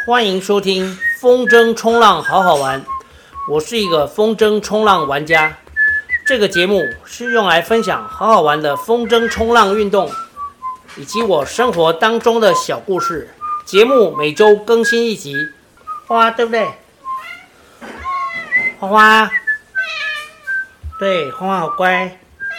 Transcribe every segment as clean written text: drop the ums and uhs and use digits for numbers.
欢迎收听风筝冲浪好好玩，我是一个风筝冲浪玩家。这个节目是用来分享好好玩的风筝冲浪运动，以及我生活当中的小故事。节目每周更新一集，花花对不对？花花，对，花花好乖。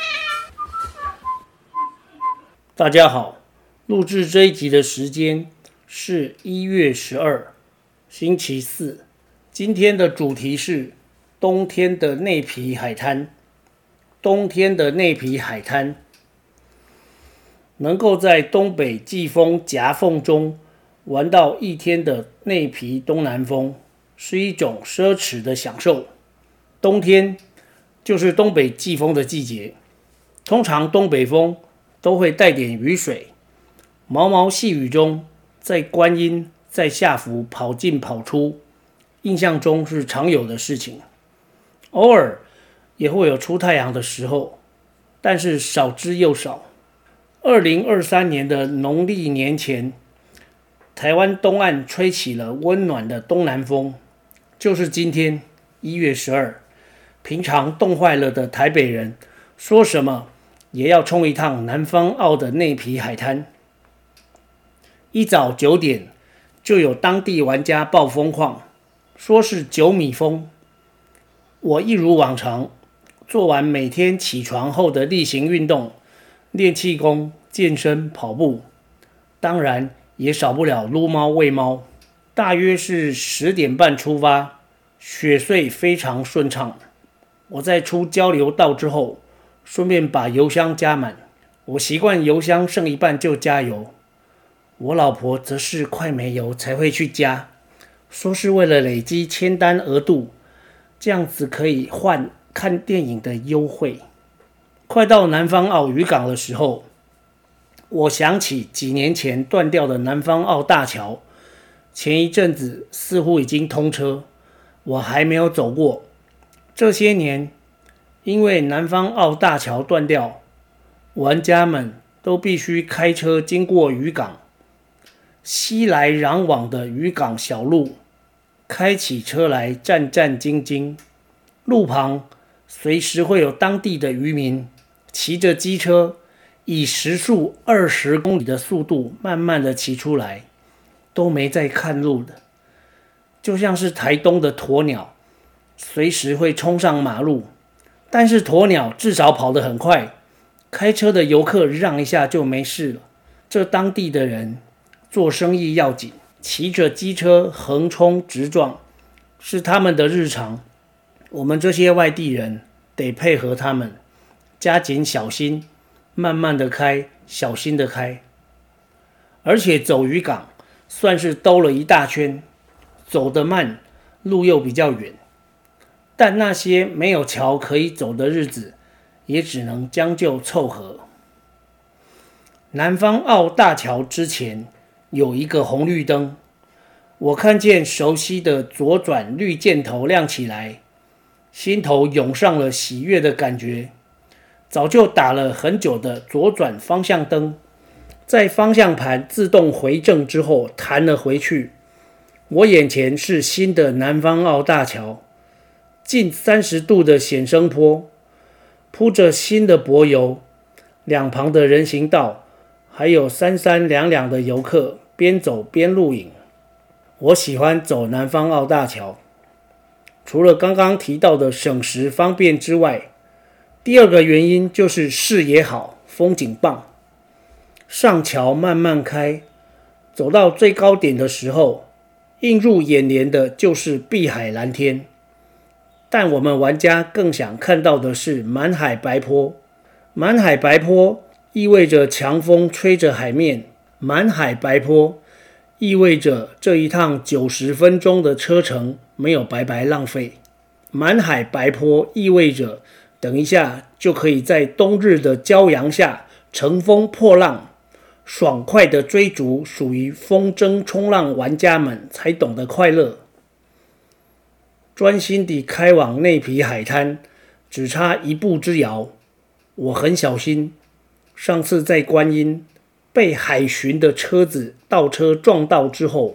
大家好，录制这一集的时间是1月12，星期四。今天的主题是冬天的内埤海滩。冬天的内埤海滩，能够在东北季风夹缝中玩到一天的内埤东南风，是一种奢侈的享受。冬天就是东北季风的季节，通常东北风都会带点雨水，毛毛细雨中，在观音在下浮跑进跑出，印象中是常有的事情。偶尔也会有出太阳的时候，但是少之又少。2023年的农历年前，台湾东岸吹起了温暖的东南风，就是今天1月12。平常冻坏了的台北人，说什么也要冲一趟南方澳的内埤海滩。一早9点就有当地玩家报风况，说是9米风。我一如往常做完每天起床后的例行运动，练气功、健身、跑步，当然也少不了撸猫喂猫。大约是10点半出发，雪隧非常顺畅。我在出交流道之后，顺便把油箱加满。我习惯油箱剩一半就加油，我老婆则是快没油才会去加，说是为了累积签单额度，这样子可以换看电影的优惠。快到南方澳渔港的时候，我想起几年前断掉的南方澳大桥，前一阵子似乎已经通车，我还没有走过。这些年因为南方澳大桥断掉，玩家们都必须开车经过渔港，熙来攘往的渔港小路，开起车来战战兢兢。路旁随时会有当地的渔民骑着机车，以时速20公里的速度慢慢的骑出来，都没在看路的，就像是台东的鸵鸟，随时会冲上马路。但是鸵鸟至少跑得很快，开车的游客让一下就没事了。这当地的人做生意要紧，骑着机车横冲直撞是他们的日常。我们这些外地人得配合他们，加紧小心，慢慢的开，小心的开。而且走渔港算是兜了一大圈，走得慢，路又比较远，但那些没有桥可以走的日子，也只能将就凑合。南方澳大桥之前有一个红绿灯，我看见熟悉的左转绿箭头亮起来，心头涌上了喜悦的感觉。早就打了很久的左转方向灯，在方向盘自动回正之后弹了回去。我眼前是新的南方澳大桥，近30度的险生坡，铺着新的柏油，两旁的人行道，还有三三两两的游客边走边录影。我喜欢走南方澳大桥，除了刚刚提到的省时方便之外，第二个原因就是视野好，风景棒。上桥慢慢开，走到最高点的时候，映入眼帘的就是碧海蓝天。但我们玩家更想看到的是满海白波。满海白波意味着强风吹着海面，满海白波意味着这一趟90分钟的车程没有白白浪费。满海白波意味着等一下就可以在冬日的骄阳下乘风破浪，爽快的追逐属于风筝冲浪玩家们才懂得快乐。专心地开往内埤海滩，只差一步之遥。我很小心，上次在观音被海巡的车子倒车撞到之后，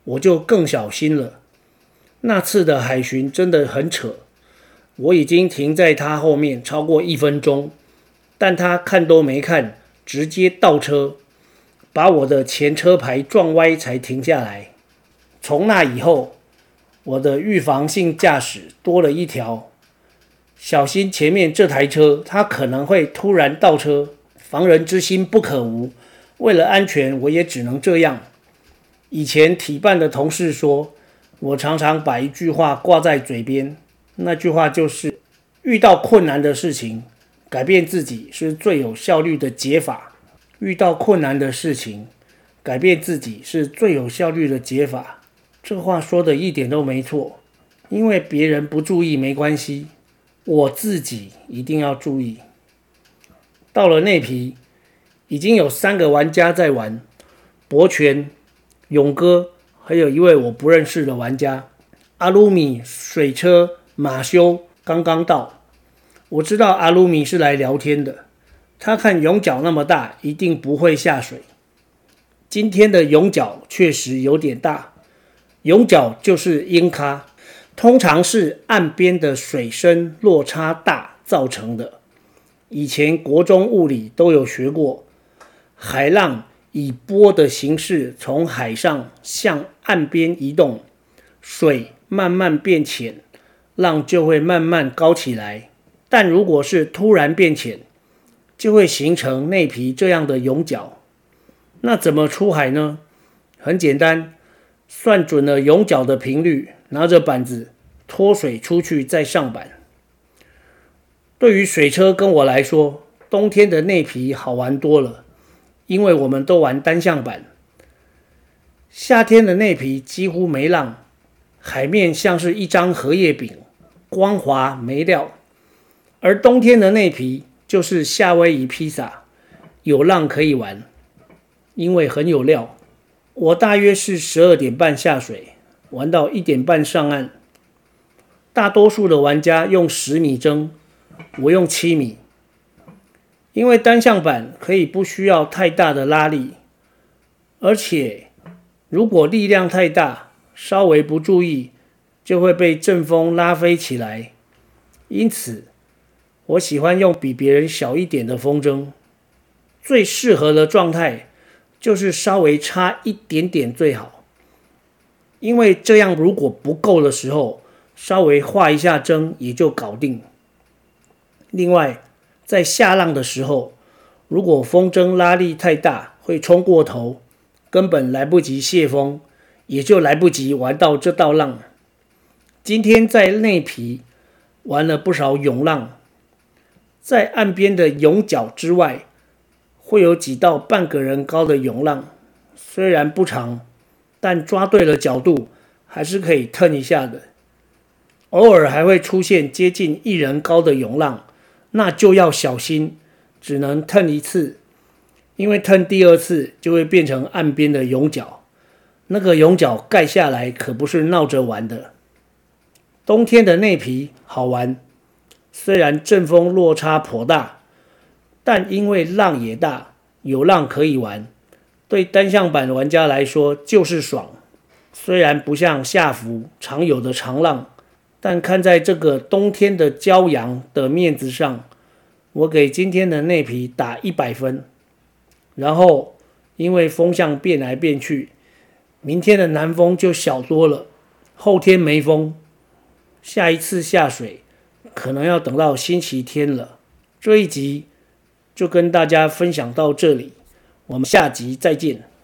我就更小心了。那次的海巡真的很扯，我已经停在他后面超过1分钟，但他看都没看，直接倒车，把我的前车牌撞歪才停下来。从那以后，我的预防性驾驶多了一条，小心前面这台车，它可能会突然倒车，防人之心不可无。为了安全，我也只能这样。以前体办的同事说，我常常把一句话挂在嘴边，那句话就是遇到困难的事情，改变自己是最有效率的解法。遇到困难的事情，改变自己是最有效率的解法。这话说的一点都没错，因为别人不注意没关系，我自己一定要注意。到了内皮，已经有3个玩家在玩，博泉、勇哥，还有一位我不认识的玩家。阿鲁米、水车、马修刚刚到，我知道阿鲁米是来聊天的，他看泳角那么大，一定不会下水。今天的泳角确实有点大，泳角就是鹰咖，通常是岸边的水深落差大造成的。以前国中物理都有学过，海浪以波的形式从海上向岸边移动，水慢慢变浅，浪就会慢慢高起来。但如果是突然变浅，就会形成内皮这样的泳角。那怎么出海呢？很简单，算准了泳角的频率，拿着板子拖水出去再上板。对于水车跟我来说，冬天的内皮好玩多了，因为我们都玩单向板。夏天的内皮几乎没浪，海面像是一张荷叶饼，光滑没料。而冬天的内皮就是夏威夷披萨，有浪可以玩，因为很有料。我大约是12点半下水，玩到1点半上岸。大多数的玩家用10米征，我用7米。因为单向板可以不需要太大的拉力，而且如果力量太大，稍微不注意，就会被阵风拉飞起来。因此，我喜欢用比别人小一点的风筝。最适合的状态就是稍微差一点点最好，因为这样如果不够的时候，稍微画一下针也就搞定。另外，在下浪的时候，如果风筝拉力太大，会冲过头，根本来不及泄风，也就来不及玩到这道浪。今天在内皮玩了不少涌浪，在岸边的泳角之外，会有几道半个人高的涌浪，虽然不长，但抓对了角度，还是可以腾一下的。偶尔还会出现接近1人高的涌浪，那就要小心，只能腾1次，因为腾第2次就会变成岸边的泳角，那个泳角盖下来可不是闹着玩的。冬天的内皮好玩，虽然阵风落差颇大，但因为浪也大，有浪可以玩，对单向板玩家来说就是爽。虽然不像下浮常有的长浪，但看在这个冬天的骄阳的面子上，我给今天的内皮打100分。然后因为风向变来变去，明天的南风就小多了，后天没风，下一次下水可能要等到星期天了。这一集就跟大家分享到这里，我们下集再见。